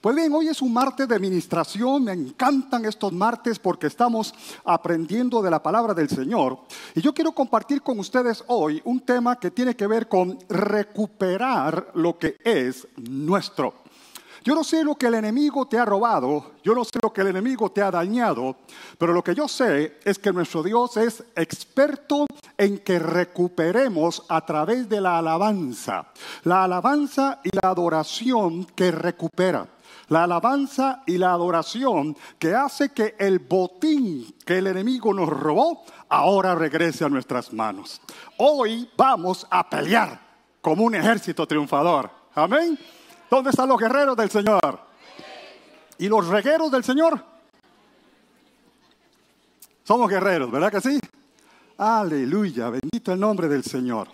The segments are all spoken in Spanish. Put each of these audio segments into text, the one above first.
Pues bien, hoy es un martes de ministración. Me encantan estos martes porque estamos aprendiendo de la palabra del Señor. Y yo quiero compartir con ustedes hoy un tema que tiene que ver con recuperar lo que es nuestro. Yo no sé lo que el enemigo te ha robado, yo no sé lo que el enemigo te ha dañado, pero lo que yo sé es que nuestro Dios es experto en que recuperemos a través de la alabanza y la adoración que recupera. La alabanza y la adoración que hace que el botín que el enemigo nos robó ahora regrese a nuestras manos. Hoy vamos a pelear como un ejército triunfador. Amén. ¿Dónde están los guerreros del Señor? ¿Y los regueros del Señor? Somos guerreros, ¿verdad que sí? Aleluya, bendito el nombre del Señor.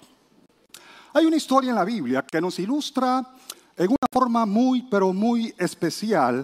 Hay una historia en la Biblia que nos ilustra en una forma muy, pero muy especial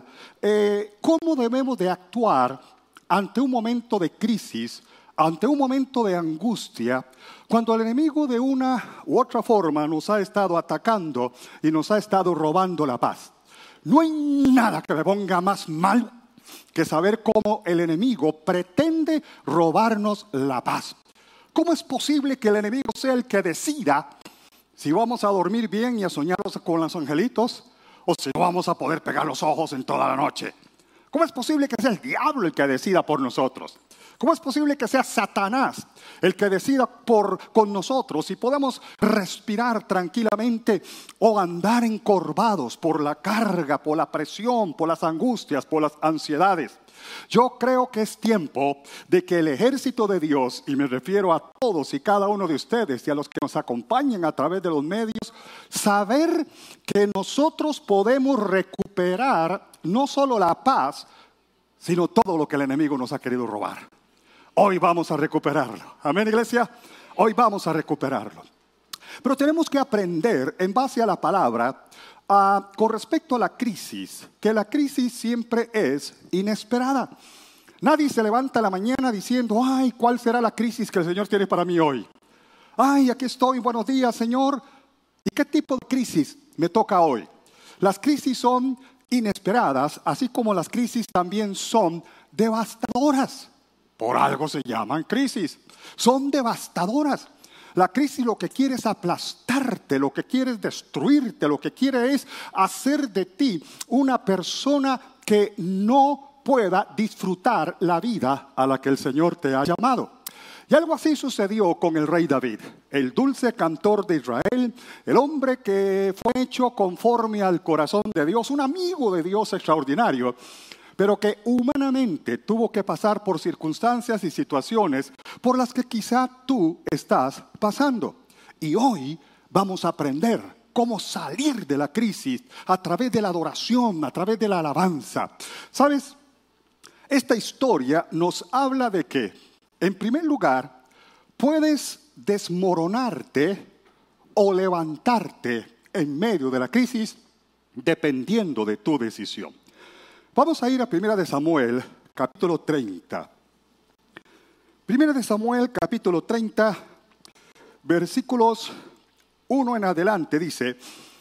cómo debemos de actuar ante un momento de crisis, ante un momento de angustia, cuando el enemigo de una u otra forma nos ha estado atacando y nos ha estado robando la paz. No hay nada que me ponga más mal que saber cómo el enemigo pretende robarnos la paz. ¿Cómo es posible que el enemigo sea el que decida si vamos a dormir bien y a soñar con los angelitos o si no vamos a poder pegar los ojos en toda la noche? ¿Cómo es posible que sea el diablo el que decida por nosotros? ¿Cómo es posible que sea Satanás el que decida con nosotros y podamos respirar tranquilamente o andar encorvados por la carga, por la presión, por las angustias, por las ansiedades? Yo creo que es tiempo de que el ejército de Dios, y me refiero a todos y cada uno de ustedes y a los que nos acompañan a través de los medios, saber que nosotros podemos recuperar no solo la paz, sino todo lo que el enemigo nos ha querido robar. Hoy vamos a recuperarlo. Amén, iglesia. Hoy vamos a recuperarlo. Pero tenemos que aprender en base a la palabra con respecto a la crisis, que la crisis siempre es inesperada. Nadie se levanta en la mañana diciendo, ay, ¿cuál será la crisis que el Señor tiene para mí hoy? Ay, aquí estoy, buenos días, Señor. ¿Y qué tipo de crisis me toca hoy? Las crisis son inesperadas, así como las crisis también son devastadoras. Por algo se llaman crisis. Son devastadoras. La crisis lo que quiere es aplastarte, lo que quiere es destruirte, lo que quiere es hacer de ti una persona que no pueda disfrutar la vida a la que el Señor te ha llamado. Y algo así sucedió con el rey David, el dulce cantor de Israel, el hombre que fue hecho conforme al corazón de Dios, un amigo de Dios extraordinario, pero que humanamente tuvo que pasar por circunstancias y situaciones por las que quizá tú estás pasando. Y hoy vamos a aprender cómo salir de la crisis a través de la adoración, a través de la alabanza. ¿Sabes? Esta historia nos habla de que, en primer lugar, puedes desmoronarte o levantarte en medio de la crisis dependiendo de tu decisión. Vamos a ir a 1 de Samuel, capítulo 30. 1 de Samuel, capítulo 30, versículos 1 en adelante, dice,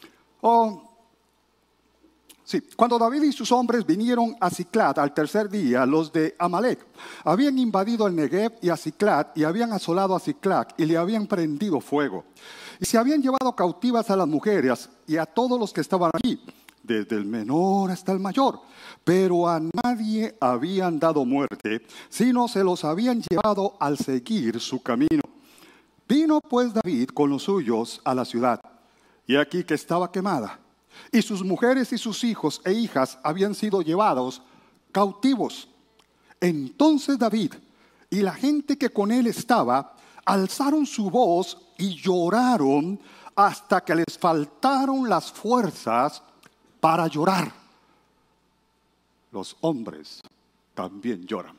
cuando David y sus hombres vinieron a Siclag al tercer día, los de Amalec habían invadido el Negev y a Siclag y habían asolado a Siclag y le habían prendido fuego. Y se habían llevado cautivas a las mujeres y a todos los que estaban allí, desde el menor hasta el mayor, pero a nadie habían dado muerte, sino se los habían llevado al seguir su camino. Vino pues David con los suyos a la ciudad, y aquí que estaba quemada, y sus mujeres y sus hijos e hijas habían sido llevados cautivos. Entonces David y la gente que con él estaba alzaron su voz y lloraron hasta que les faltaron las fuerzas para llorar. Los hombres también lloran.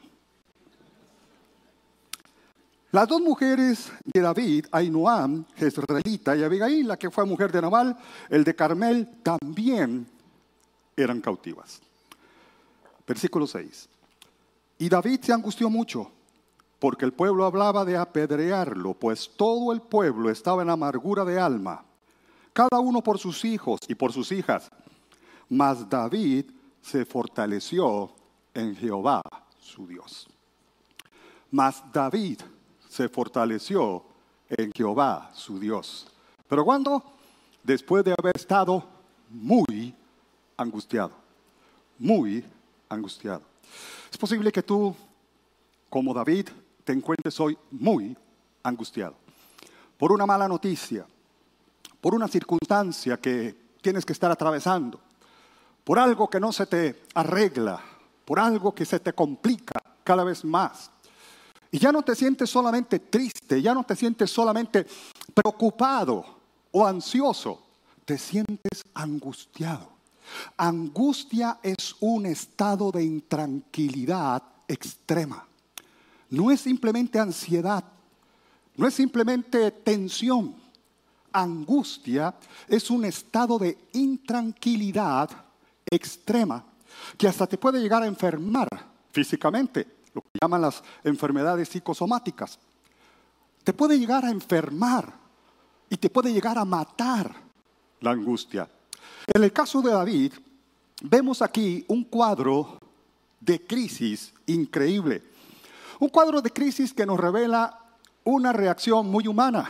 Las dos mujeres de David, Ahinoam, jezreelita, y Abigail, la que fue mujer de Nabal, el de Carmel, también eran cautivas. Versículo 6. Y David se angustió mucho, porque el pueblo hablaba de apedrearlo, pues todo el pueblo estaba en amargura de alma, cada uno por sus hijos y por sus hijas. Mas David se fortaleció en Jehová, su Dios. Mas David se fortaleció en Jehová, su Dios. ¿Pero cuándo? Después de haber estado muy angustiado. Muy angustiado. Es posible que tú, como David, te encuentres hoy muy angustiado. Por una mala noticia, por una circunstancia que tienes que estar atravesando, por algo que no se te arregla, por algo que se te complica cada vez más. Y ya no te sientes solamente triste, ya no te sientes solamente preocupado o ansioso, te sientes angustiado. Angustia es un estado de intranquilidad extrema. No es simplemente ansiedad, no es simplemente tensión. Angustia es un estado de intranquilidad extrema que hasta te puede llegar a enfermar físicamente, lo que llaman las enfermedades psicosomáticas. Te puede llegar a enfermar y te puede llegar a matar la angustia. En el caso de David, vemos aquí un cuadro de crisis increíble. Un cuadro de crisis que nos revela una reacción muy humana.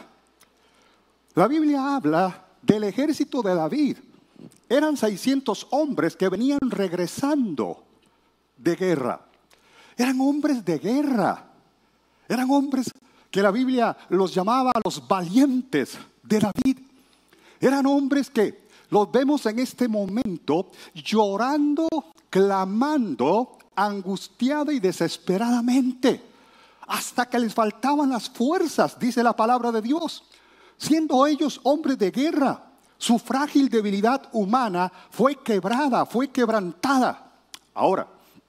La Biblia habla del ejército de David. Eran 600 hombres que venían regresando de guerra. Eran hombres de guerra. Eran hombres que la Biblia los llamaba los valientes de David. Eran hombres que los vemos en este momento llorando, clamando, angustiada y desesperadamente, hasta que les faltaban las fuerzas, dice la palabra de Dios. Siendo ellos hombres de guerra, su frágil debilidad humana fue quebrada, fue quebrantada. Ahora,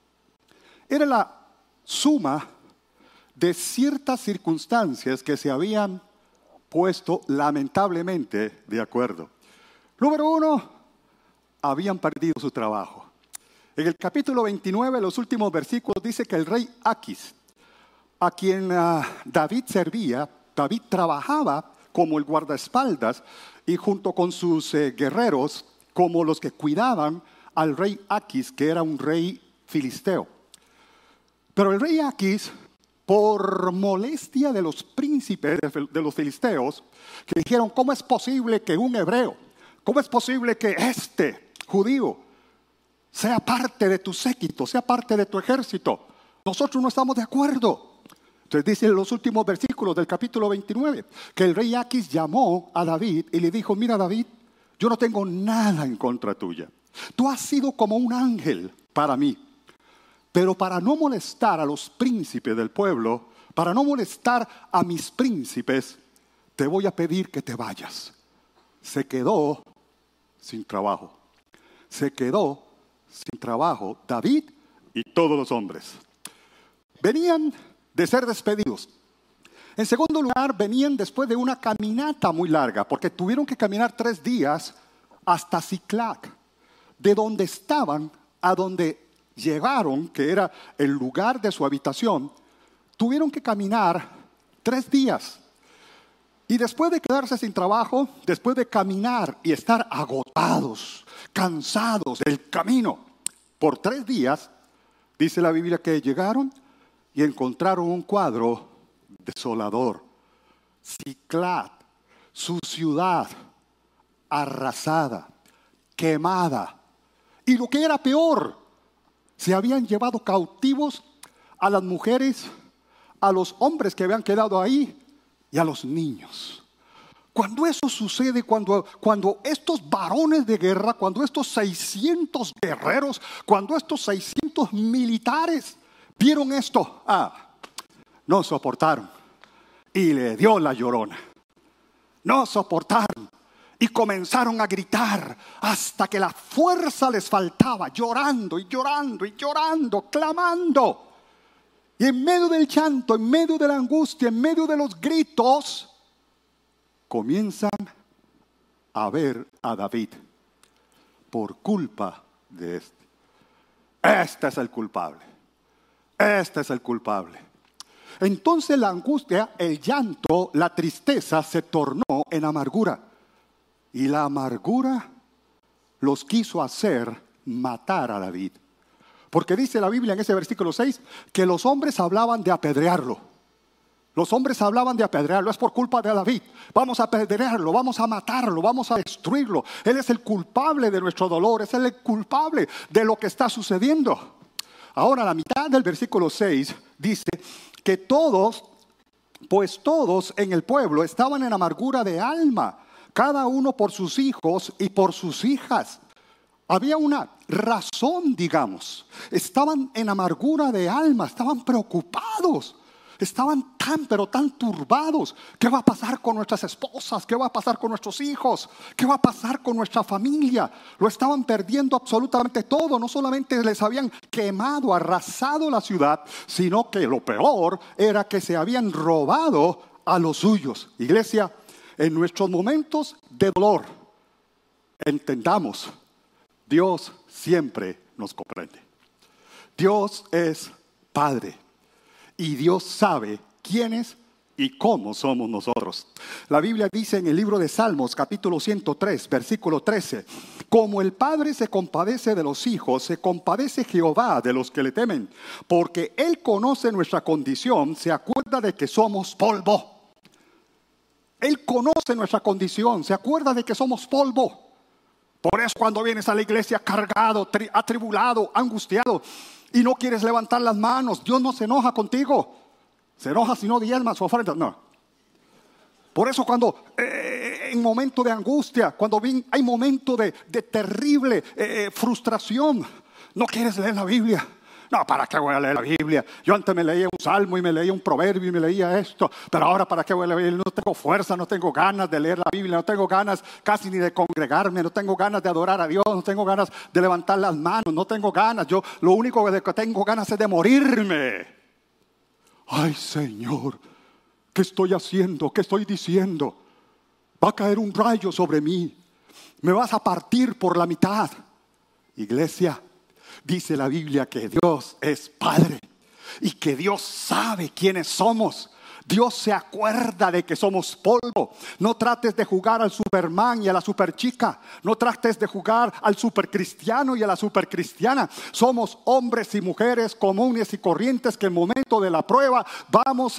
era la suma de ciertas circunstancias que se habían puesto lamentablemente de acuerdo. Número uno, habían perdido su trabajo. En el capítulo 29, los últimos versículos, dice que el rey Aquis, a quien David servía, David trabajaba como el guardaespaldas y junto con sus guerreros, como los que cuidaban al rey Aquis, que era un rey filisteo. Pero el rey Aquis, por molestia de los príncipes de los filisteos, que dijeron, ¿cómo es posible que un hebreo, cómo es posible que este judío sea parte de tu séquito, sea parte de tu ejército? Nosotros no estamos de acuerdo. Entonces dice en los últimos versículos del capítulo 29, que el rey Aquis llamó a David y le dijo, mira David, yo no tengo nada en contra tuya. Tú has sido como un ángel para mí. Pero para no molestar a los príncipes del pueblo, para no molestar a mis príncipes, te voy a pedir que te vayas. Se quedó sin trabajo. Se quedó sin trabajo David y todos los hombres. Venían de ser despedidos. En segundo lugar, venían después de una caminata muy larga, porque tuvieron que caminar 3 días hasta Siclac, de donde estaban a donde llegaron, que era el lugar de su habitación. Tuvieron que caminar 3 días. Y después de quedarse sin trabajo, después de caminar y estar agotados, cansados del camino, por 3 días, dice la Biblia que llegaron y encontraron un cuadro desolador. Siclac, su ciudad, arrasada, quemada. Y lo que era peor, se habían llevado cautivos a las mujeres, a los hombres que habían quedado ahí y a los niños. Cuando eso sucede, cuando estos varones de guerra, cuando estos 600 guerreros, cuando estos 600 militares vieron esto, no soportaron y le dio la llorona. No soportaron y comenzaron a gritar hasta que la fuerza les faltaba, llorando y llorando y llorando, clamando. Y en medio del llanto, en medio de la angustia, en medio de los gritos, comienzan a ver a David por culpa de este. Este es el culpable. Este es el culpable. Entonces la angustia, el llanto, la tristeza se tornó en amargura. Y la amargura los quiso hacer matar a David. Porque dice la Biblia en ese versículo 6 que los hombres hablaban de apedrearlo. Los hombres hablaban de apedrearlo. Es por culpa de David. Vamos a apedrearlo, vamos a matarlo, vamos a destruirlo. Él es el culpable de nuestro dolor. Es el culpable de lo que está sucediendo. Ahora la mitad del versículo 6 dice que todos en el pueblo estaban en amargura de alma, cada uno por sus hijos y por sus hijas. Había una razón, digamos. Estaban en amargura de alma, estaban preocupados. Estaban pero tan turbados. ¿Qué va a pasar con nuestras esposas? ¿Qué va a pasar con nuestros hijos? ¿Qué va a pasar con nuestra familia? Lo estaban perdiendo absolutamente todo. No solamente les habían quemado, arrasado la ciudad, sino que lo peor era que se habían robado a los suyos. Iglesia, en nuestros momentos de dolor, entendamos, Dios siempre nos comprende. Dios es Padre. Y Dios sabe quiénes y cómo somos nosotros. La Biblia dice en el libro de Salmos, capítulo 103, versículo 13: como el Padre se compadece de los hijos, se compadece Jehová de los que le temen, porque Él conoce nuestra condición, se acuerda de que somos polvo. Él conoce nuestra condición, se acuerda de que somos polvo. Por eso cuando vienes a la iglesia cargado, atribulado, angustiado, y no quieres levantar las manos, Dios no se enoja contigo. Se enoja si no diezmas o ofrendas, no. Por eso cuando en momento de angustia, cuando hay momento de terrible frustración, no quieres leer la Biblia. No, ¿para qué voy a leer la Biblia? Yo antes me leía un salmo y me leía un proverbio y me leía esto, pero ahora ¿para qué voy a leer? No tengo fuerza, no tengo ganas de leer la Biblia, no tengo ganas casi ni de congregarme, no tengo ganas de adorar a Dios, no tengo ganas de levantar las manos, no tengo ganas. Yo lo único que tengo ganas es de morirme. Ay, Señor, ¿qué estoy haciendo? ¿Qué estoy diciendo? Va a caer un rayo sobre mí. Me vas a partir por la mitad. Iglesia, dice la Biblia que Dios es Padre y que Dios sabe quiénes somos. Dios se acuerda de que somos polvo. No trates de jugar al Superman y a la superchica. No trates de jugar al supercristiano y a la supercristiana. Somos hombres y mujeres comunes y corrientes que en el momento de la prueba vamos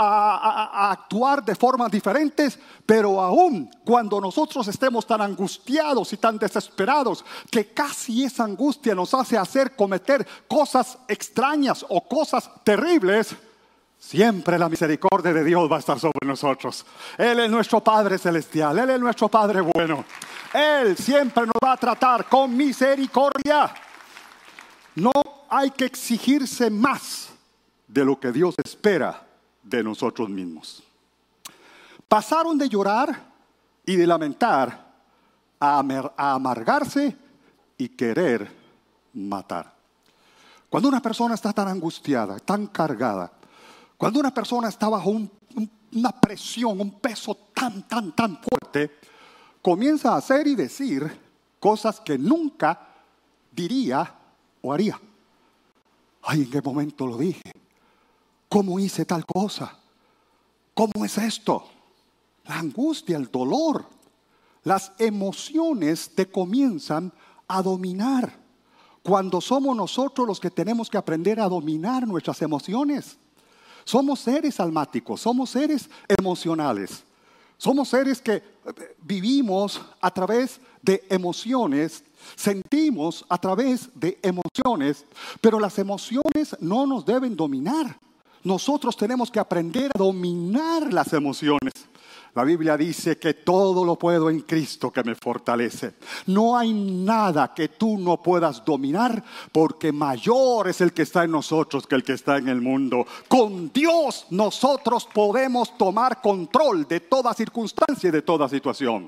a actuar de formas diferentes. Pero aún cuando nosotros estemos tan angustiados y tan desesperados que casi esa angustia nos hace cometer cosas extrañas o cosas terribles, siempre la misericordia de Dios va a estar sobre nosotros. Él es nuestro Padre Celestial. Él es nuestro Padre bueno. Él siempre nos va a tratar con misericordia. No hay que exigirse más de lo que Dios espera de nosotros mismos. Pasaron de llorar y de lamentar a amargarse y querer matar. Cuando una persona está tan angustiada, tan cargada, cuando una persona está bajo una presión, un peso tan fuerte, comienza a hacer y decir cosas que nunca diría o haría. Ay, ¿en qué momento lo dije? ¿Cómo hice tal cosa? ¿Cómo es esto? La angustia, el dolor, las emociones te comienzan a dominar. Cuando somos nosotros los que tenemos que aprender a dominar nuestras emociones. Somos seres almáticos, somos seres emocionales. Somos seres que vivimos a través de emociones, sentimos a través de emociones, pero las emociones no nos deben dominar. Nosotros tenemos que aprender a dominar las emociones. La Biblia dice que todo lo puedo en Cristo que me fortalece. No hay nada que tú no puedas dominar, porque mayor es el que está en nosotros que el que está en el mundo. Con Dios nosotros podemos tomar control de toda circunstancia y de toda situación.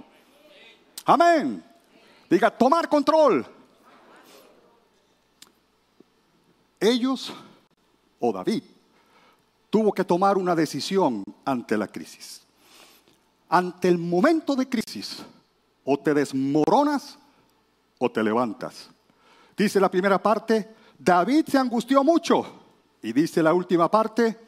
Amén. Diga, tomar control. Ellos, o David, tuvo que tomar una decisión ante la crisis. Ante el momento de crisis, o te desmoronas o te levantas. Dice la primera parte, David se angustió mucho. Y dice la última parte,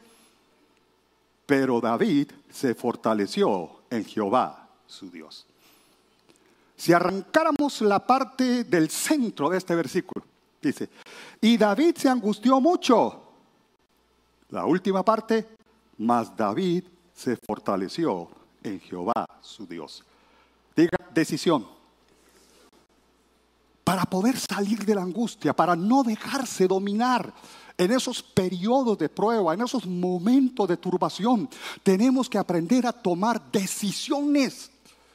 pero David se fortaleció en Jehová, su Dios. Si arrancáramos la parte del centro de este versículo, dice, y David se angustió mucho. La última parte, mas David se fortaleció en Jehová su Dios. Diga, decisión. Para poder salir de la angustia, para no dejarse dominar en esos periodos de prueba, en esos momentos de turbación, tenemos que aprender a tomar decisiones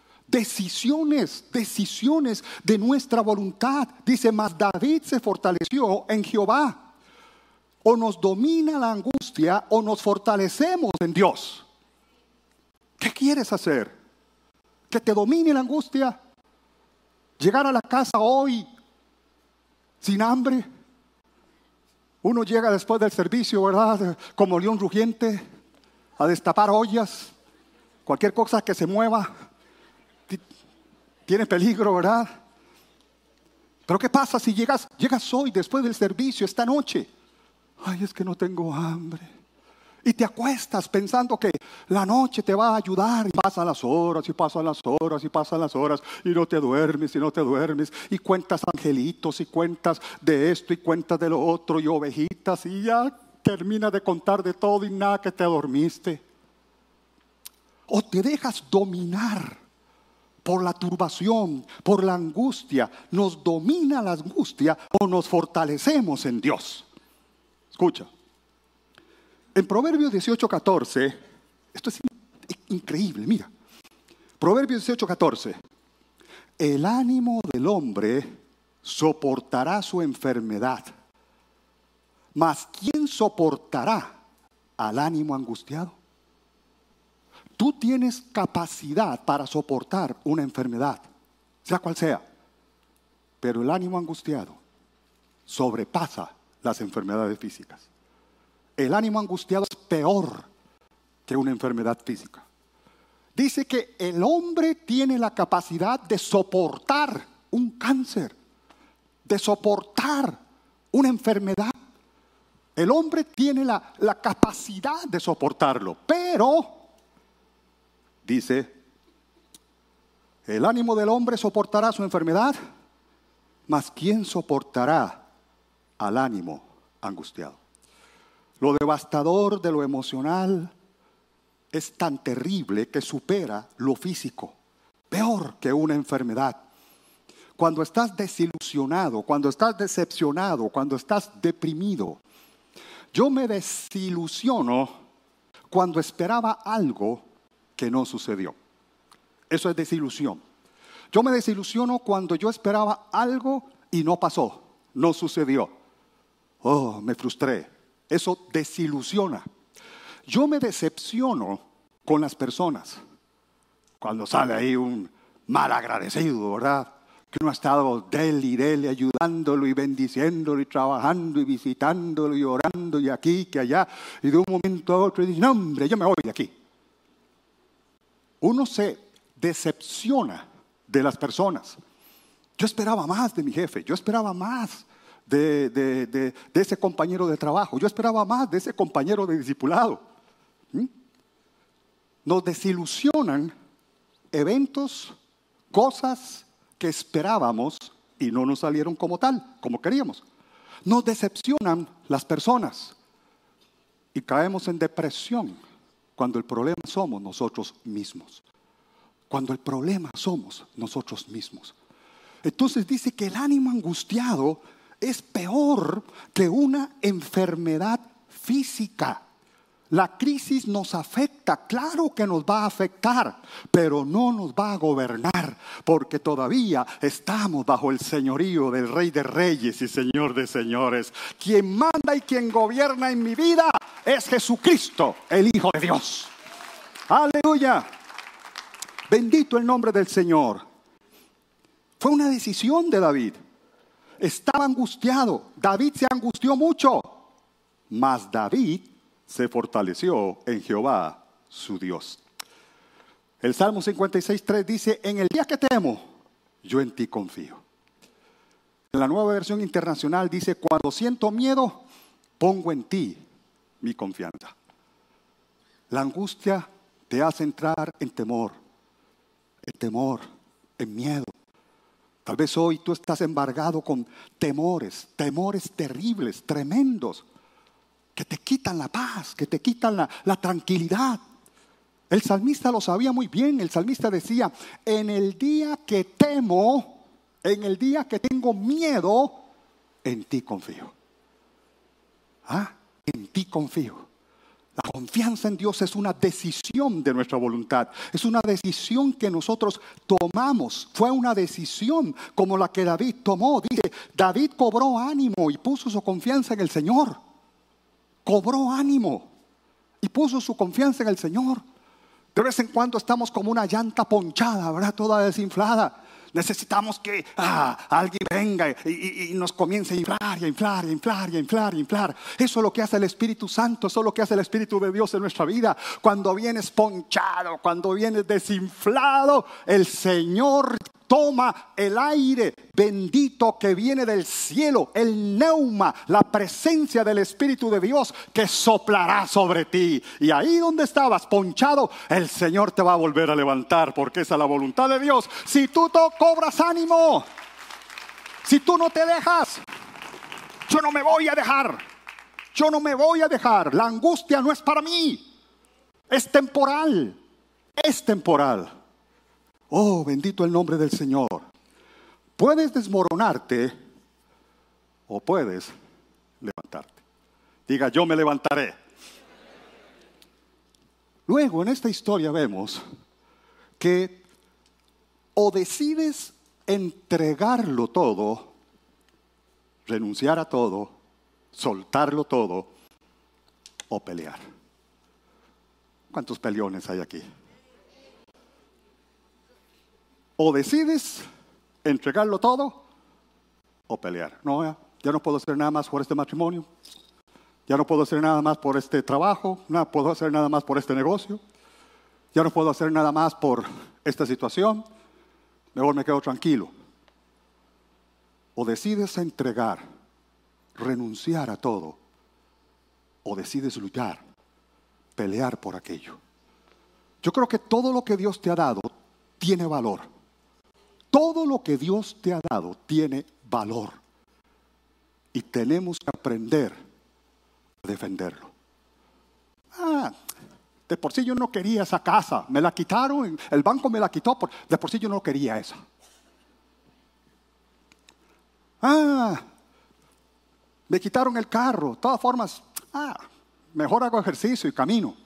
de nuestra voluntad. Dice, mas David se fortaleció en Jehová. O nos domina la angustia o nos fortalecemos en Dios. ¿Qué quieres hacer? ¿Que te domine la angustia? ¿Llegar a la casa hoy sin hambre? Uno llega después del servicio, ¿verdad? Como león rugiente, a destapar ollas. Cualquier cosa que se mueva tiene peligro, ¿verdad? Pero ¿qué pasa si llegas hoy después del servicio, esta noche? Ay, es que no tengo hambre. Y te acuestas pensando que la noche te va a ayudar. Y pasan las horas, y pasan las horas, y pasan las horas. Y no te duermes, y no te duermes. Y cuentas angelitos, y cuentas de esto, y cuentas de lo otro, y ovejitas. Y ya terminas de contar de todo y nada que te dormiste. O te dejas dominar por la turbación, por la angustia. Nos domina la angustia o nos fortalecemos en Dios. Escucha. En Proverbios 18:14, esto es increíble, mira. Proverbios 18:14. El ánimo del hombre soportará su enfermedad, mas ¿quién soportará al ánimo angustiado? Tú tienes capacidad para soportar una enfermedad, sea cual sea, pero el ánimo angustiado sobrepasa las enfermedades físicas. El ánimo angustiado es peor que una enfermedad física. Dice que el hombre tiene la capacidad de soportar un cáncer, de soportar una enfermedad. El hombre tiene la capacidad de soportarlo, pero, dice, el ánimo del hombre soportará su enfermedad, mas ¿quién soportará al ánimo angustiado? Lo devastador de lo emocional es tan terrible que supera lo físico, peor que una enfermedad. Cuando estás desilusionado, cuando estás decepcionado, cuando estás deprimido. Yo me desilusiono cuando esperaba algo que no sucedió. Eso es desilusión. Yo me desilusiono cuando yo esperaba algo y no pasó, no sucedió. Oh, me frustré. Eso desilusiona. Yo me decepciono con las personas. Cuando sale ahí un mal agradecido, ¿verdad? Que uno ha estado dele, ayudándolo y bendiciéndolo y trabajando y visitándolo y orando y aquí, que allá. Y de un momento a otro dice, no hombre, yo me voy de aquí. Uno se decepciona de las personas. Yo esperaba más de mi jefe, yo esperaba más de ese compañero de trabajo. Yo esperaba más de ese compañero de discipulado. Nos desilusionan eventos, cosas que esperábamos y no nos salieron como tal, como queríamos. Nos decepcionan las personas y caemos en depresión cuando el problema somos nosotros mismos. Cuando el problema somos nosotros mismos. Entonces dice que el ánimo angustiado es peor que una enfermedad física. La crisis nos afecta, claro que nos va a afectar, pero no nos va a gobernar, porque todavía estamos bajo el señorío del Rey de Reyes y Señor de Señores. Quien manda y quien gobierna en mi vida es Jesucristo, el Hijo de Dios. Aleluya. Bendito el nombre del Señor. Fue una decisión de David. Estaba angustiado. David se angustió mucho. Mas David se fortaleció en Jehová, su Dios. El Salmo 56:3 dice, en el día que temo, yo en ti confío. En la Nueva Versión Internacional dice, cuando siento miedo, pongo en ti mi confianza. La angustia te hace entrar en temor, en miedo. Tal vez hoy tú estás embargado con temores terribles, tremendos, que te quitan la paz, que te quitan la tranquilidad. El salmista lo sabía muy bien. El salmista decía: en el día que temo, en el día que tengo miedo, en ti confío. En ti confío. La confianza en Dios es una decisión de nuestra voluntad. Es una decisión que nosotros tomamos. Fue una decisión como la que David tomó. Dice, David cobró ánimo y puso su confianza en el Señor. Cobró ánimo y puso su confianza en el Señor. De vez en cuando estamos como una llanta ponchada, ¿verdad? Toda desinflada. Necesitamos que alguien venga y nos comience a inflar, y a inflar, y a inflar, y a inflar, y a inflar. Eso es lo que hace el Espíritu Santo, eso es lo que hace el Espíritu de Dios en nuestra vida. Cuando vienes ponchado, cuando vienes desinflado, el Señor toma el aire bendito que viene del cielo, el neuma, la presencia del Espíritu de Dios que soplará sobre ti. Y ahí donde estabas ponchado, el Señor te va a volver a levantar, porque esa es la voluntad de Dios. Si tú cobras ánimo, si tú no te dejas, yo no me voy a dejar. Yo no me voy a dejar. La angustia no es para mí. Es temporal. Es temporal. Oh, bendito el nombre del Señor. Puedes desmoronarte o puedes levantarte. Diga, yo me levantaré. Luego en esta historia vemos que o decides entregarlo todo, renunciar a todo, soltarlo todo, o pelear. ¿Cuántos peleones hay aquí? O decides entregarlo todo o pelear. No, ya no puedo hacer nada más por este matrimonio. Ya no puedo hacer nada más por este trabajo. No puedo hacer nada más por este negocio. Ya no puedo hacer nada más por esta situación. Mejor me quedo tranquilo. O decides entregar, renunciar a todo. O decides luchar, pelear por aquello. Yo creo que todo lo que Dios te ha dado tiene valor. Todo lo que Dios te ha dado tiene valor. Y tenemos que aprender a defenderlo. De por sí yo no quería esa casa. Me la quitaron, el banco me la quitó. De por sí yo no quería esa. Me quitaron el carro. De todas formas, mejor hago ejercicio y camino.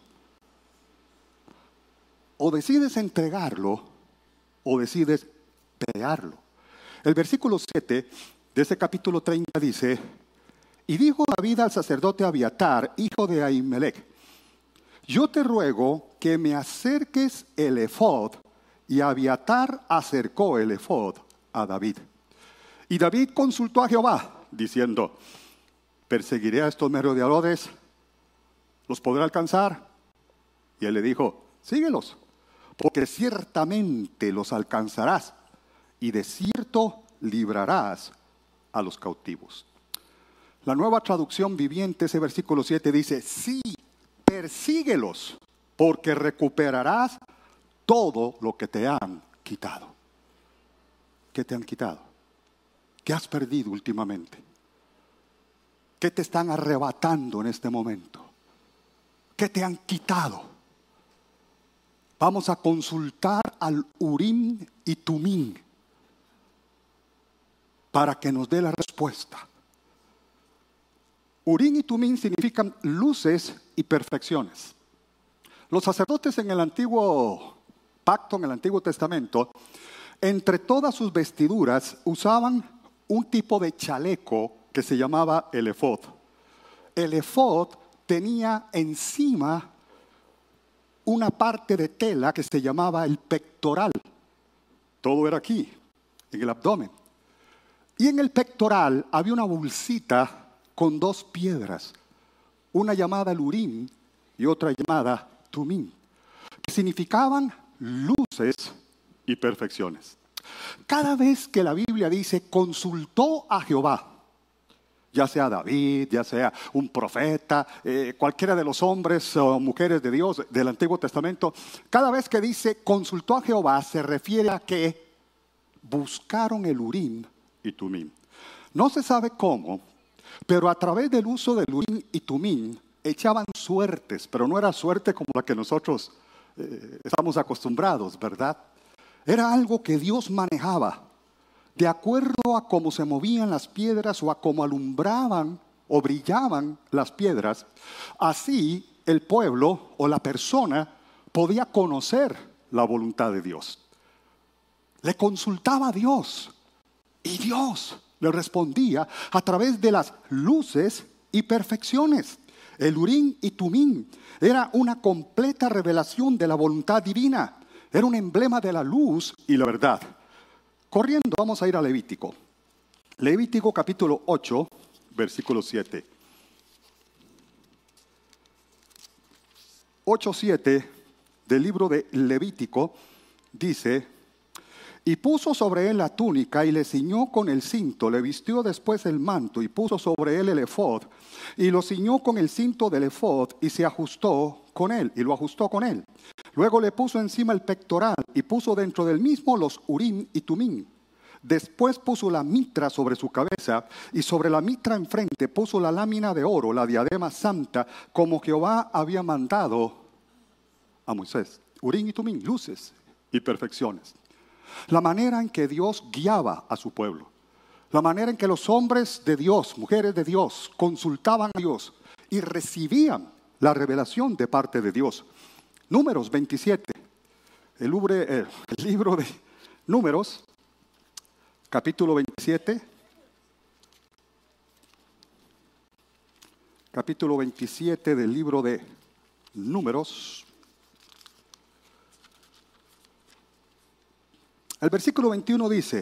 O decides entregarlo o decides pelearlo. El versículo 7 de ese capítulo 30 dice: y dijo David al sacerdote Abiatar, hijo de Ahimelech: yo te ruego que me acerques el efod. Y Abiatar acercó el efod a David. Y David consultó a Jehová, diciendo: ¿perseguiré a estos merodeadores? ¿Los podré alcanzar? Y él le dijo: síguelos, porque ciertamente los alcanzarás, y de cierto librarás a los cautivos. La Nueva Traducción Viviente, ese versículo 7 dice: sí, persíguelos, porque recuperarás todo lo que te han quitado. ¿Qué te han quitado? ¿Qué has perdido últimamente? ¿Qué te están arrebatando en este momento? ¿Qué te han quitado? Vamos a consultar al Urim y Tumim para que nos dé la respuesta. Urim y Tumim significan luces y perfecciones. Los sacerdotes en el antiguo pacto, en el Antiguo Testamento, entre todas sus vestiduras usaban un tipo de chaleco que se llamaba el efod. El efod tenía encima una parte de tela que se llamaba el pectoral. Todo era aquí, en el abdomen. Y en el pectoral había una bolsita con dos piedras, una llamada el Urim y otra llamada Tumim, que significaban luces y perfecciones. Cada vez que la Biblia dice consultó a Jehová, ya sea David, ya sea un profeta, cualquiera de los hombres o mujeres de Dios del Antiguo Testamento, cada vez que dice consultó a Jehová se refiere a que buscaron el Urim y Tumim. No se sabe cómo, pero a través del uso del Urim y Tumim echaban suertes, pero no era suerte como la que nosotros estamos acostumbrados, ¿verdad? Era algo que Dios manejaba de acuerdo a cómo se movían las piedras o a cómo alumbraban o brillaban las piedras. Así el pueblo o la persona podía conocer la voluntad de Dios. Le consultaba a Dios y Dios le respondía a través de las luces y perfecciones. El Urim y Tumim era una completa revelación de la voluntad divina. Era un emblema de la luz y la verdad. Corriendo, vamos a ir a Levítico. Levítico capítulo 8, versículo 7. 8:7 del libro de Levítico dice: y puso sobre él la túnica y le ciñó con el cinto, le vistió después el manto y puso sobre él el efod y lo ciñó con el cinto del efod y se ajustó con él y lo ajustó con él. Luego le puso encima el pectoral y puso dentro del mismo los Urim y Tumim. Después puso la mitra sobre su cabeza y sobre la mitra enfrente puso la lámina de oro, la diadema santa, como Jehová había mandado a Moisés. Urim y Tumim, luces y perfecciones. La manera en que Dios guiaba a su pueblo. La manera en que los hombres de Dios, mujeres de Dios, consultaban a Dios y recibían la revelación de parte de Dios. Números 27, el libro de Números, capítulo 27. Capítulo 27 del libro de Números. El versículo 21 dice,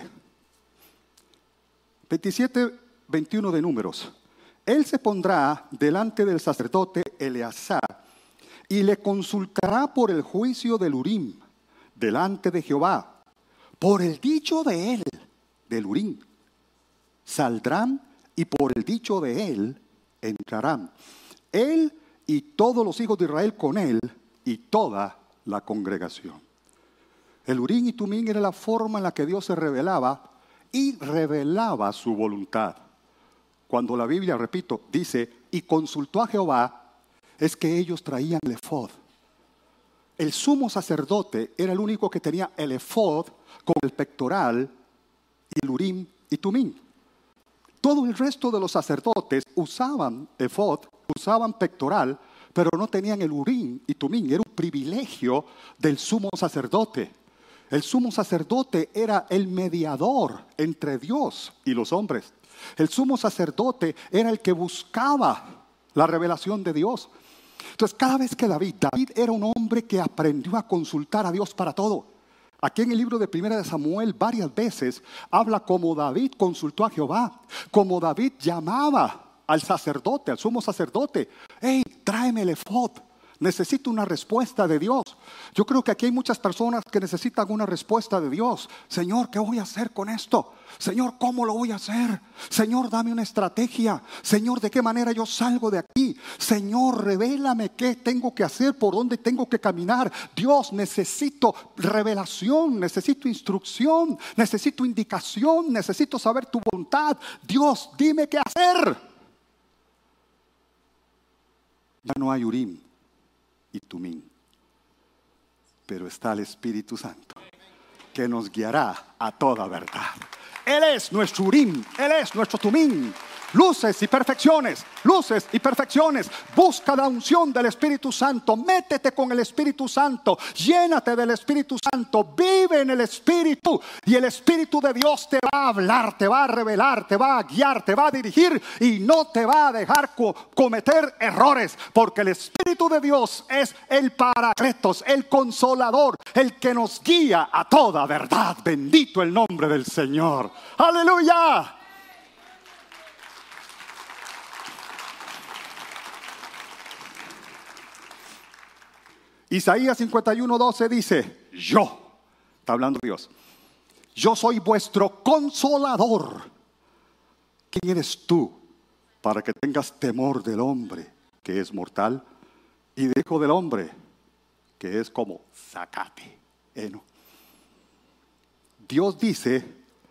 27, 21 de Números: él se pondrá delante del sacerdote Eleazar y le consultará por el juicio del Urim delante de Jehová, por el dicho de él, del Urim, saldrán y por el dicho de él entrarán. Él y todos los hijos de Israel con él y toda la congregación. El Urim y Tumim era la forma en la que Dios se revelaba y revelaba su voluntad. Cuando la Biblia, repito, dice, y consultó a Jehová, es que ellos traían el efod. El sumo sacerdote era el único que tenía el efod con el pectoral y el Urim y Tumim. Todo el resto de los sacerdotes usaban efod, usaban pectoral, pero no tenían el Urim y Tumim. Era un privilegio del sumo sacerdote. El sumo sacerdote era el mediador entre Dios y los hombres. El sumo sacerdote era el que buscaba la revelación de Dios. Entonces, cada vez que David era un hombre que aprendió a consultar a Dios para todo. Aquí en el libro de Primera de Samuel varias veces habla como David consultó a Jehová, como David llamaba al sacerdote, al sumo sacerdote: hey, tráeme el efod. Necesito una respuesta de Dios. Yo creo que aquí hay muchas personas que necesitan una respuesta de Dios. Señor, ¿qué voy a hacer con esto? Señor, ¿cómo lo voy a hacer? Señor, dame una estrategia. Señor, ¿de qué manera yo salgo de aquí? Señor, revélame qué tengo que hacer, por dónde tengo que caminar. Dios, necesito revelación, necesito instrucción, necesito indicación, necesito saber tu voluntad. Dios, dime qué hacer. Ya no hay Urim y Tumim, pero está el Espíritu Santo que nos guiará a toda verdad. Él es nuestro Urim, Él es nuestro Tumim. Luces y perfecciones, luces y perfecciones. Busca la unción del Espíritu Santo. Métete con el Espíritu Santo. Llénate del Espíritu Santo. Vive en el Espíritu. Y el Espíritu de Dios te va a hablar, te va a revelar, te va a guiar, te va a dirigir. Y no te va a dejar cometer errores. Porque el Espíritu de Dios es el Paracletos, el Consolador, el que nos guía a toda verdad. Bendito el nombre del Señor. ¡Aleluya! Isaías 51:12 dice: yo, está hablando Dios, yo soy vuestro consolador. ¿Quién eres tú para que tengas temor del hombre que es mortal y del hijo del hombre que es como zacate, heno? Dios dice,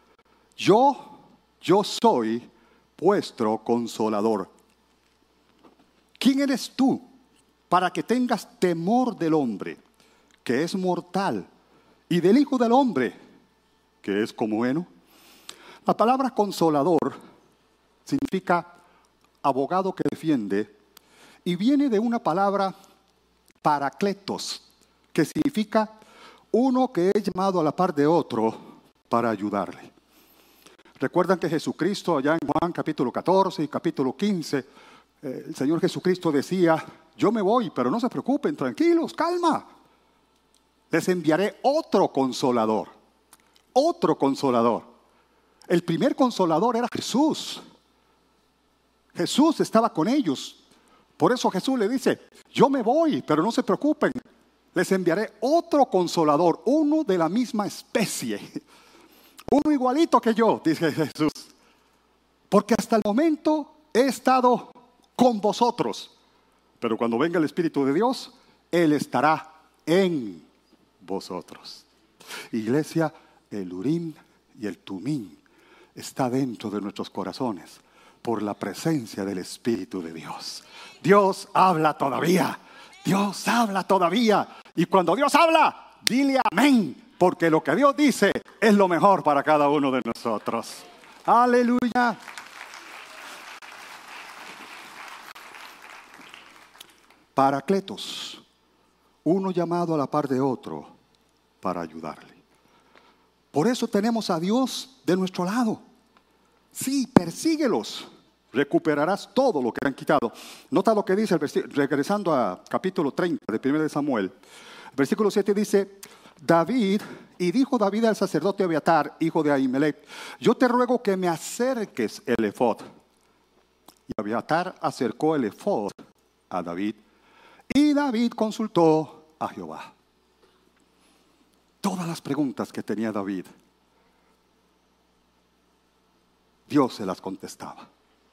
yo soy vuestro consolador. ¿Quién eres tú para que tengas temor del hombre, que es mortal, y del Hijo del Hombre, que es como heno? La palabra consolador significa abogado que defiende y viene de una palabra paracletos, que significa uno que es llamado a la par de otro para ayudarle. Recuerdan que Jesucristo allá en Juan capítulo 14 y capítulo 15, el Señor Jesucristo decía, yo me voy, pero no se preocupen, tranquilos, calma. Les enviaré otro consolador, otro consolador. El primer consolador era Jesús. Jesús estaba con ellos. Por eso Jesús le dice, yo me voy, pero no se preocupen. Les enviaré otro consolador, uno de la misma especie. Uno igualito que yo, dice Jesús. Porque hasta el momento he estado con vosotros. Pero cuando venga el Espíritu de Dios, Él estará en vosotros. Iglesia, el Urim y el Tumim está dentro de nuestros corazones por la presencia del Espíritu de Dios. Dios habla todavía. Dios habla todavía. Y cuando Dios habla, dile amén. Porque lo que Dios dice es lo mejor para cada uno de nosotros. Aleluya. Paracletos, uno llamado a la par de otro para ayudarle. Por eso tenemos a Dios de nuestro lado. Sí, persíguelos, recuperarás todo lo que te han quitado. Nota lo que dice el versículo, regresando a capítulo 30 de 1 de Samuel. El versículo 7 dice, y dijo David al sacerdote Abiatar, hijo de Ahimelech, yo te ruego que me acerques el efod. Y Abiatar acercó el efod a David. Y David consultó a Jehová. Todas las preguntas que tenía David, Dios se las contestaba.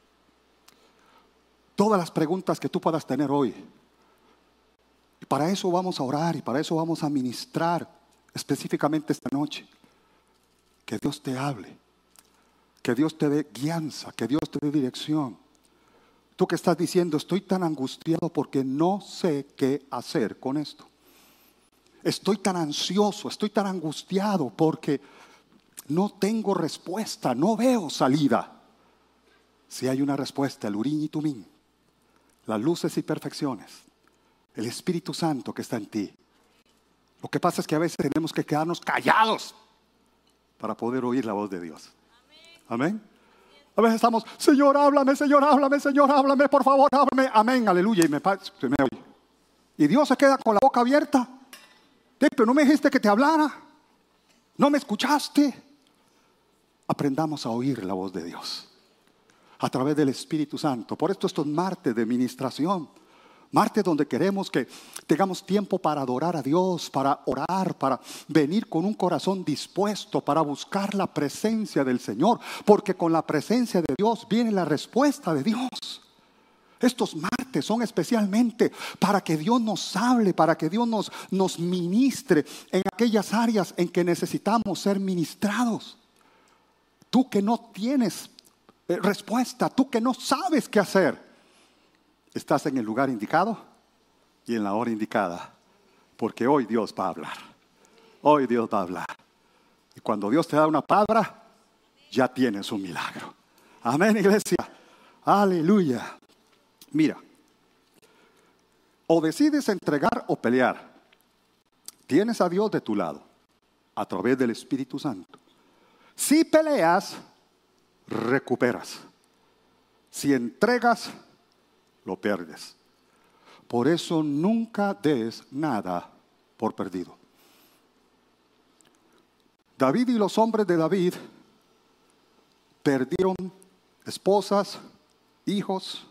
Todas las preguntas que tú puedas tener hoy. Y para eso vamos a orar y para eso vamos a ministrar específicamente esta noche. Que Dios te hable, que Dios te dé guianza, que Dios te dé dirección. Tú que estás diciendo, estoy tan angustiado porque no sé qué hacer con esto. Estoy tan ansioso, estoy tan angustiado porque no tengo respuesta, no veo salida. Si hay una respuesta, el Urim y Tumim, las luces y perfecciones, el Espíritu Santo que está en ti. Lo que pasa es que a veces tenemos que quedarnos callados para poder oír la voz de Dios. Amén. A veces estamos, Señor, háblame, Señor, háblame, Señor, háblame, por favor, háblame. Amén, aleluya. Y me oye. Y Dios se queda con la boca abierta. Pero no me dijiste que te hablara. No me escuchaste. Aprendamos a oír la voz de Dios a través del Espíritu Santo. Por esto estos martes de ministración, martes donde queremos que tengamos tiempo para adorar a Dios, para orar, para venir con un corazón dispuesto, para buscar la presencia del Señor, porque con la presencia de Dios viene la respuesta de Dios. Estos martes son especialmente para que Dios nos hable, para que Dios nos ministre en aquellas áreas en que necesitamos ser ministrados. Tú que no tienes respuesta, tú que no sabes qué hacer, estás en el lugar indicado y en la hora indicada, porque hoy Dios va a hablar. Hoy Dios va a hablar. Y cuando Dios te da una palabra, ya tienes un milagro. Amén, iglesia. Aleluya. Mira, o decides entregar o pelear. Tienes a Dios de tu lado, a través del Espíritu Santo. Si peleas, recuperas. Si entregas, lo pierdes. Por eso nunca des nada por perdido. David y los hombres de David perdieron esposas, hijos,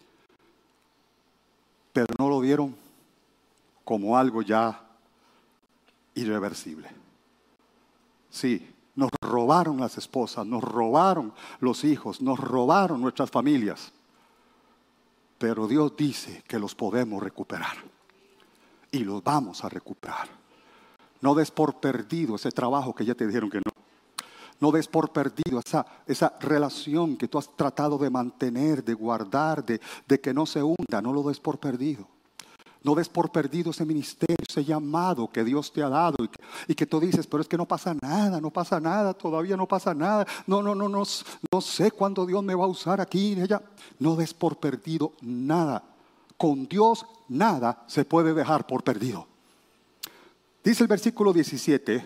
pero no lo vieron como algo ya irreversible. Sí, nos robaron las esposas, nos robaron los hijos, nos robaron nuestras familias. Pero Dios dice que los podemos recuperar. Y los vamos a recuperar. No des por perdido ese trabajo que ya te dijeron que no. No des por perdido esa relación que tú has tratado de mantener, de guardar, de que no se hunda. No lo des por perdido. No des por perdido ese ministerio, ese llamado que Dios te ha dado y que tú dices, pero es que no pasa nada, todavía no pasa nada. No sé cuándo Dios me va a usar aquí y allá. No des por perdido nada. Con Dios nada se puede dejar por perdido. Dice el versículo 17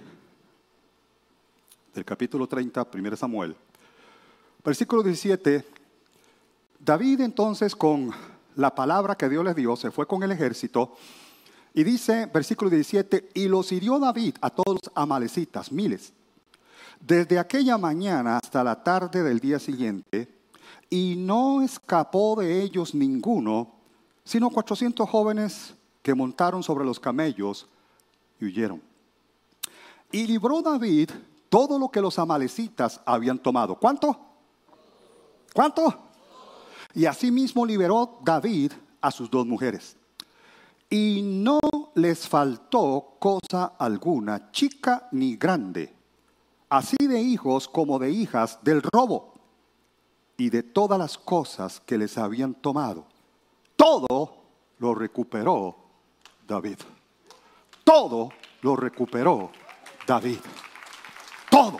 del capítulo 30, 1 Samuel. Versículo 17, David entonces con la palabra que Dios les dio, se fue con el ejército. Y dice, versículo 17, y los hirió David a todos los amalecitas, miles, desde aquella mañana hasta la tarde del día siguiente, y no escapó de ellos ninguno, sino 400 jóvenes que montaron sobre los camellos y huyeron. Y libró David todo lo que los amalecitas habían tomado. ¿Cuánto? ¿Cuánto? Y asimismo liberó David a sus 2 mujeres. Y no les faltó cosa alguna, chica ni grande, así de hijos como de hijas del robo, y de todas las cosas que les habían tomado. Todo lo recuperó David. Todo lo recuperó David. Todo.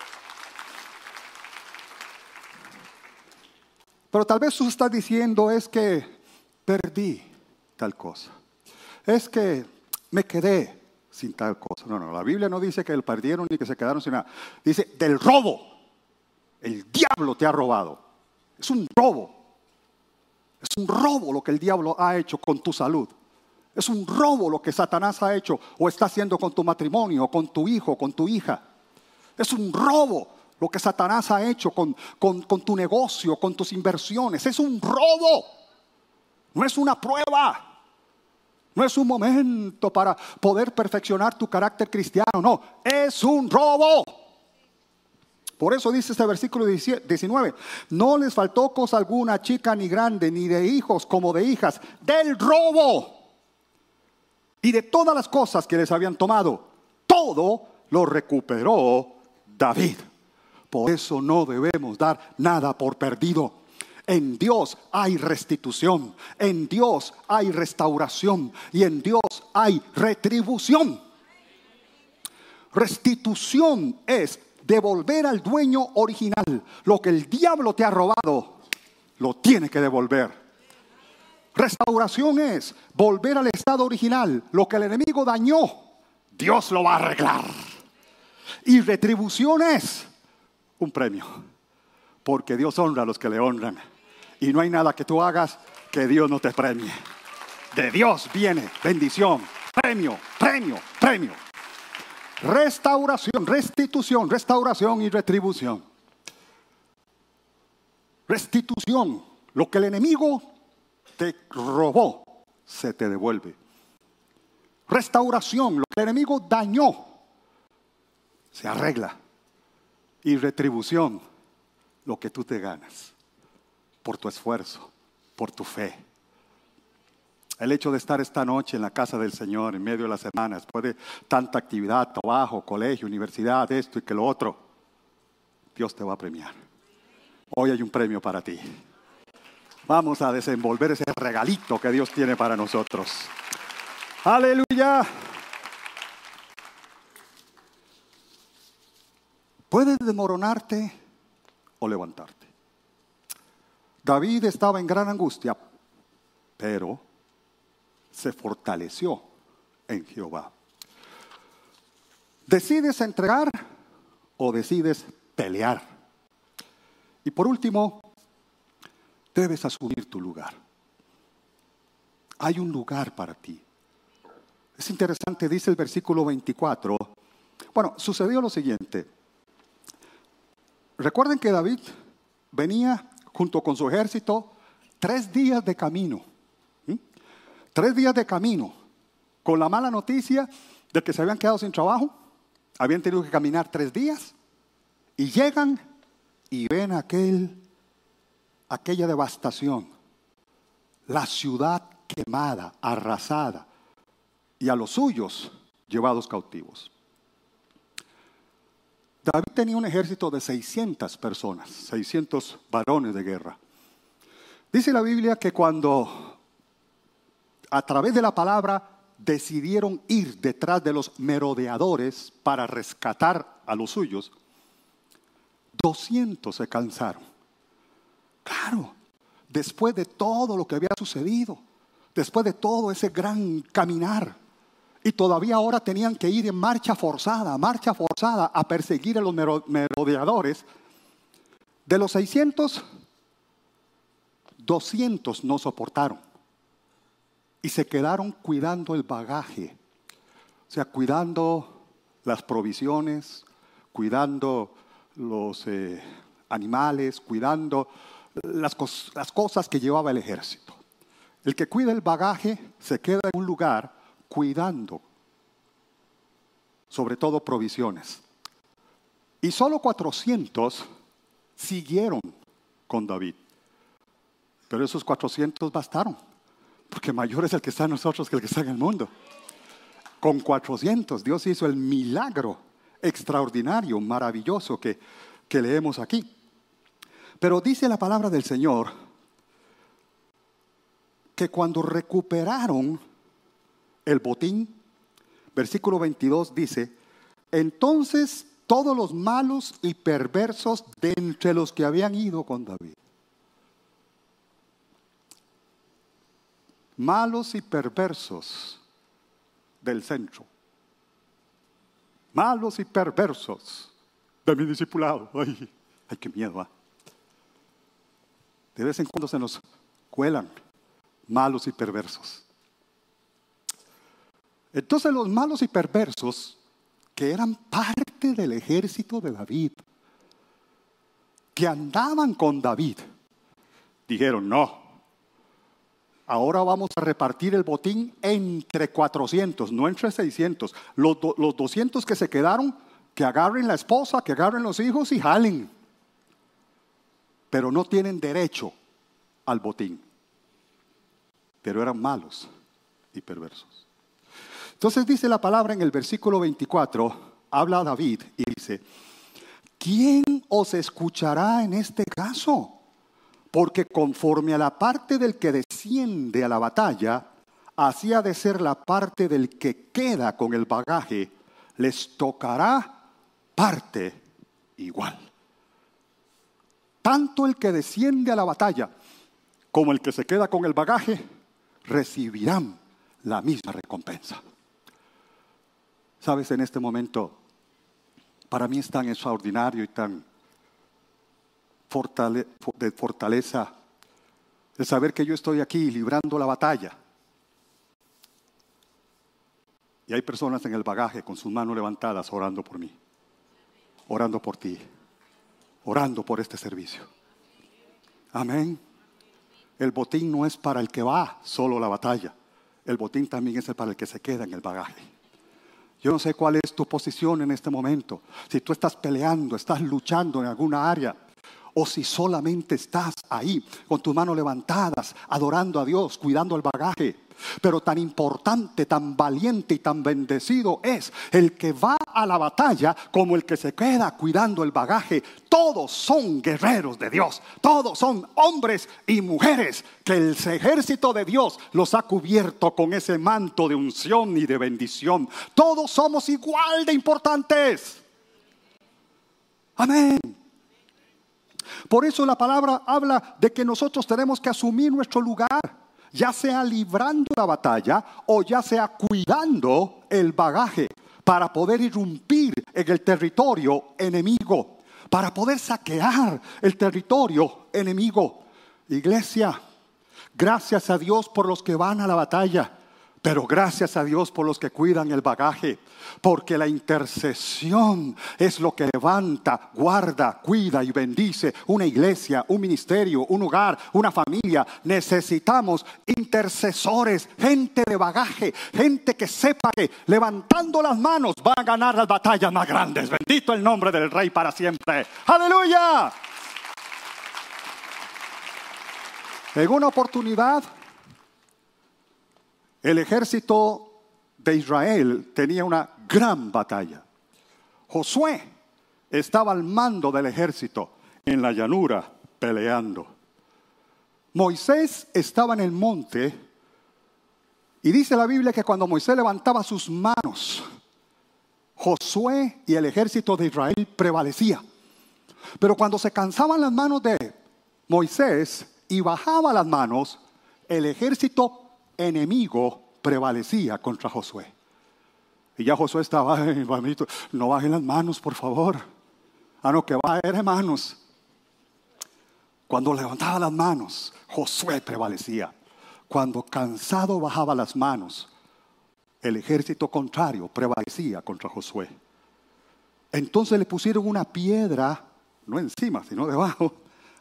Pero tal vez tú estás diciendo, es que perdí tal cosa. Es que me quedé sin tal cosa. No, la Biblia no dice que lo perdieron ni que se quedaron sin nada. Dice, del robo. El diablo te ha robado. Es un robo. Es un robo lo que el diablo ha hecho con tu salud. Es un robo lo que Satanás ha hecho o está haciendo con tu matrimonio, con tu hijo, con tu hija. Es un robo lo que Satanás ha hecho con tu negocio, con tus inversiones. Es un robo. No es una prueba. No es un momento para poder perfeccionar tu carácter cristiano. No, es un robo. Por eso dice este versículo 19. No les faltó cosa alguna, chica ni grande, ni de hijos como de hijas, del robo. Y de todas las cosas que les habían tomado, todo lo recuperó David. Por eso no debemos dar nada por perdido. En Dios hay restitución, en Dios hay restauración y en Dios hay retribución. Restitución es devolver al dueño original. Lo que el diablo te ha robado, lo tiene que devolver. Restauración es volver al estado original. Lo que el enemigo dañó, Dios lo va a arreglar. Y retribución es un premio, porque Dios honra a los que le honran. Y no hay nada que tú hagas que Dios no te premie. De Dios viene bendición, premio. Restauración, restitución, restauración y retribución. Restitución, lo que el enemigo te robó, se te devuelve. Restauración, lo que el enemigo dañó, se arregla. Y retribución, lo que tú te ganas por tu esfuerzo, por tu fe. El hecho de estar esta noche en la casa del Señor, en medio de la semana, después de tanta actividad, trabajo, colegio, universidad, esto y que lo otro, Dios te va a premiar. Hoy hay un premio para ti. Vamos a desenvolver ese regalito que Dios tiene para nosotros. ¡Aleluya! Puedes desmoronarte o levantarte. David estaba en gran angustia, pero se fortaleció en Jehová. ¿Decides entregar o decides pelear? Y por último, debes asumir tu lugar. Hay un lugar para ti. Es interesante, dice el versículo 24. Bueno, sucedió lo siguiente. Recuerden que David venía junto con su ejército 3 días de camino. 3 días de camino, con la mala noticia de que se habían quedado sin trabajo, habían tenido que caminar 3 días, y llegan y ven aquella devastación, la ciudad quemada, arrasada, y a los suyos llevados cautivos. David tenía un ejército de 600 personas, 600 varones de guerra. Dice la Biblia que cuando a través de la palabra decidieron ir detrás de los merodeadores para rescatar a los suyos, 200 se cansaron. Claro, después de todo lo que había sucedido, después de todo ese gran caminar, y todavía ahora tenían que ir en marcha forzada a perseguir a los merodeadores. De los 600, 200 no soportaron y se quedaron cuidando el bagaje, o sea, cuidando las provisiones, cuidando los animales, cuidando las cosas que llevaba el ejército. El que cuida el bagaje se queda en un lugar cuidando, sobre todo provisiones. Y solo 400 siguieron con David. Pero esos 400 bastaron, porque mayor es el que está en nosotros que el que está en el mundo. Con 400 Dios hizo el milagro extraordinario, maravilloso que leemos aquí. Pero dice la palabra del Señor que cuando recuperaron el botín, versículo 22 dice: entonces todos los malos y perversos de entre los que habían ido con David. Malos y perversos del centro. Malos y perversos de mi discipulado. Ay, qué miedo, ¿eh? De vez en cuando se nos cuelan malos y perversos. Entonces los malos y perversos, que eran parte del ejército de David, que andaban con David, dijeron: no, ahora vamos a repartir el botín entre 400, no entre 600. Los 200 que se quedaron, que agarren la esposa, que agarren los hijos y jalen. Pero no tienen derecho al botín. Pero eran malos y perversos. Entonces dice la palabra en el versículo 24, habla a David y dice: ¿quién os escuchará en este caso? Porque conforme a la parte del que desciende a la batalla, así ha de ser la parte del que queda con el bagaje, les tocará parte igual. Tanto el que desciende a la batalla como el que se queda con el bagaje recibirán la misma recompensa. Sabes, en este momento, para mí es tan extraordinario y tan de fortaleza el saber que yo estoy aquí librando la batalla. Y hay personas en el bagaje con sus manos levantadas orando por mí, orando por ti, orando por este servicio. Amén. El botín no es para el que va solo a la batalla. El botín también es para el que se queda en el bagaje. Yo no sé cuál es tu posición en este momento. Si tú estás peleando, estás luchando en alguna área, o si solamente estás ahí con tus manos levantadas, adorando a Dios, cuidando el bagaje. Pero tan importante, tan valiente y tan bendecido es el que va a la batalla como el que se queda cuidando el bagaje. Todos son guerreros de Dios. Todos son hombres y mujeres que el ejército de Dios los ha cubierto con ese manto de unción y de bendición. Todos somos igual de importantes. Amén. Por eso la palabra habla de que nosotros tenemos que asumir nuestro lugar, ya sea librando la batalla o ya sea cuidando el bagaje, para poder irrumpir en el territorio enemigo, para poder saquear el territorio enemigo. Iglesia, gracias a Dios por los que van a la batalla, pero gracias a Dios por los que cuidan el bagaje, porque la intercesión es lo que levanta, guarda, cuida y bendice una iglesia, un ministerio, un hogar, una familia. Necesitamos intercesores, gente de bagaje, gente que sepa que levantando las manos van a ganar las batallas más grandes. Bendito el nombre del Rey para siempre. ¡Aleluya! En una oportunidad, el ejército de Israel tenía una gran batalla. Josué estaba al mando del ejército en la llanura peleando. Moisés estaba en el monte y dice la Biblia que cuando Moisés levantaba sus manos, Josué y el ejército de Israel prevalecía. Pero cuando se cansaban las manos de Moisés y bajaba las manos, el ejército enemigo prevalecía contra Josué. Y ya Josué estaba, ay, mamito, no bajen las manos, por favor. No, que bajen, hermanos. Cuando levantaba las manos, Josué prevalecía. Cuando cansado bajaba las manos, el ejército contrario prevalecía contra Josué. Entonces le pusieron una piedra, no encima, sino debajo,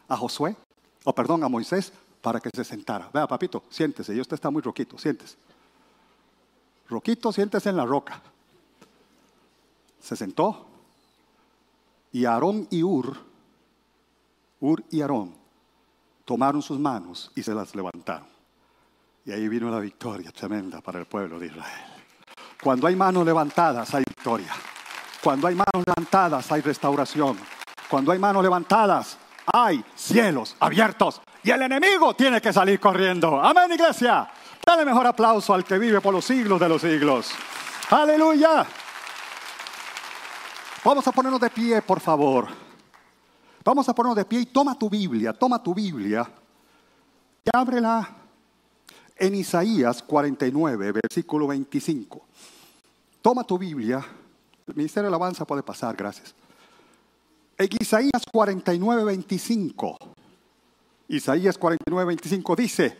a Moisés, para que se sentara. Vea, papito, siéntese, y usted está muy roquito, siéntese. Roquito, siéntese en la roca. Se sentó, y Aarón y Hur y Aarón, tomaron sus manos y se las levantaron. Y ahí vino la victoria tremenda para el pueblo de Israel. Cuando hay manos levantadas hay victoria. Cuando hay manos levantadas hay restauración. Cuando hay manos levantadas hay cielos abiertos. Y el enemigo tiene que salir corriendo. Amén, iglesia. Dale mejor aplauso al que vive por los siglos de los siglos. Aleluya. Vamos a ponernos de pie, por favor. Vamos a ponernos de pie y toma tu Biblia y ábrela en Isaías 49, versículo 25. Toma tu Biblia. El ministerio de alabanza puede pasar, gracias. En Isaías 49, 25. Isaías 49, 25 dice: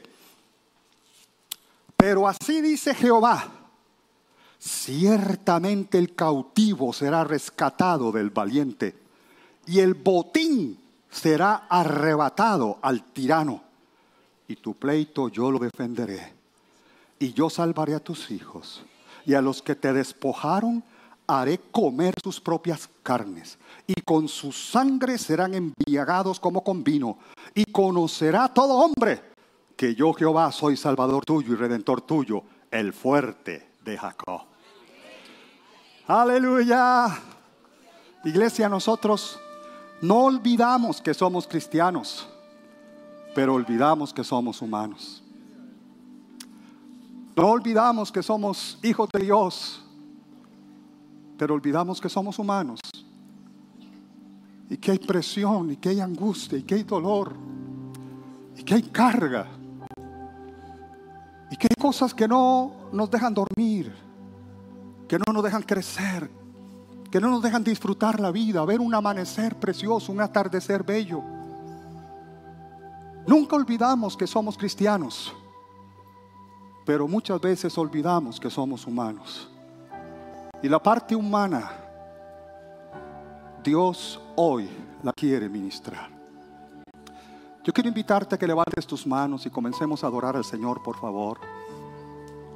pero así dice Jehová, ciertamente el cautivo será rescatado del valiente, y el botín será arrebatado al tirano. Y tu pleito yo lo defenderé, y yo salvaré a tus hijos, y a los que te despojaron haré comer sus propias carnes, y con su sangre serán embriagados como con vino, y conocerá todo hombre que yo Jehová soy salvador tuyo y redentor tuyo, el fuerte de Jacob. Aleluya. Iglesia, nosotros no olvidamos que somos cristianos, pero olvidamos que somos humanos. No olvidamos que somos hijos de Dios, pero olvidamos que somos humanos. Y que hay presión, y que hay angustia, y que hay dolor, y que hay carga, y que hay cosas que no nos dejan dormir, que no nos dejan crecer, que no nos dejan disfrutar la vida, ver un amanecer precioso, un atardecer bello. Nunca olvidamos que somos cristianos, pero muchas veces olvidamos que somos humanos. Y la parte humana, Dios hoy la quiere ministrar. Yo quiero invitarte a que levantes tus manos y comencemos a adorar al Señor, por favor.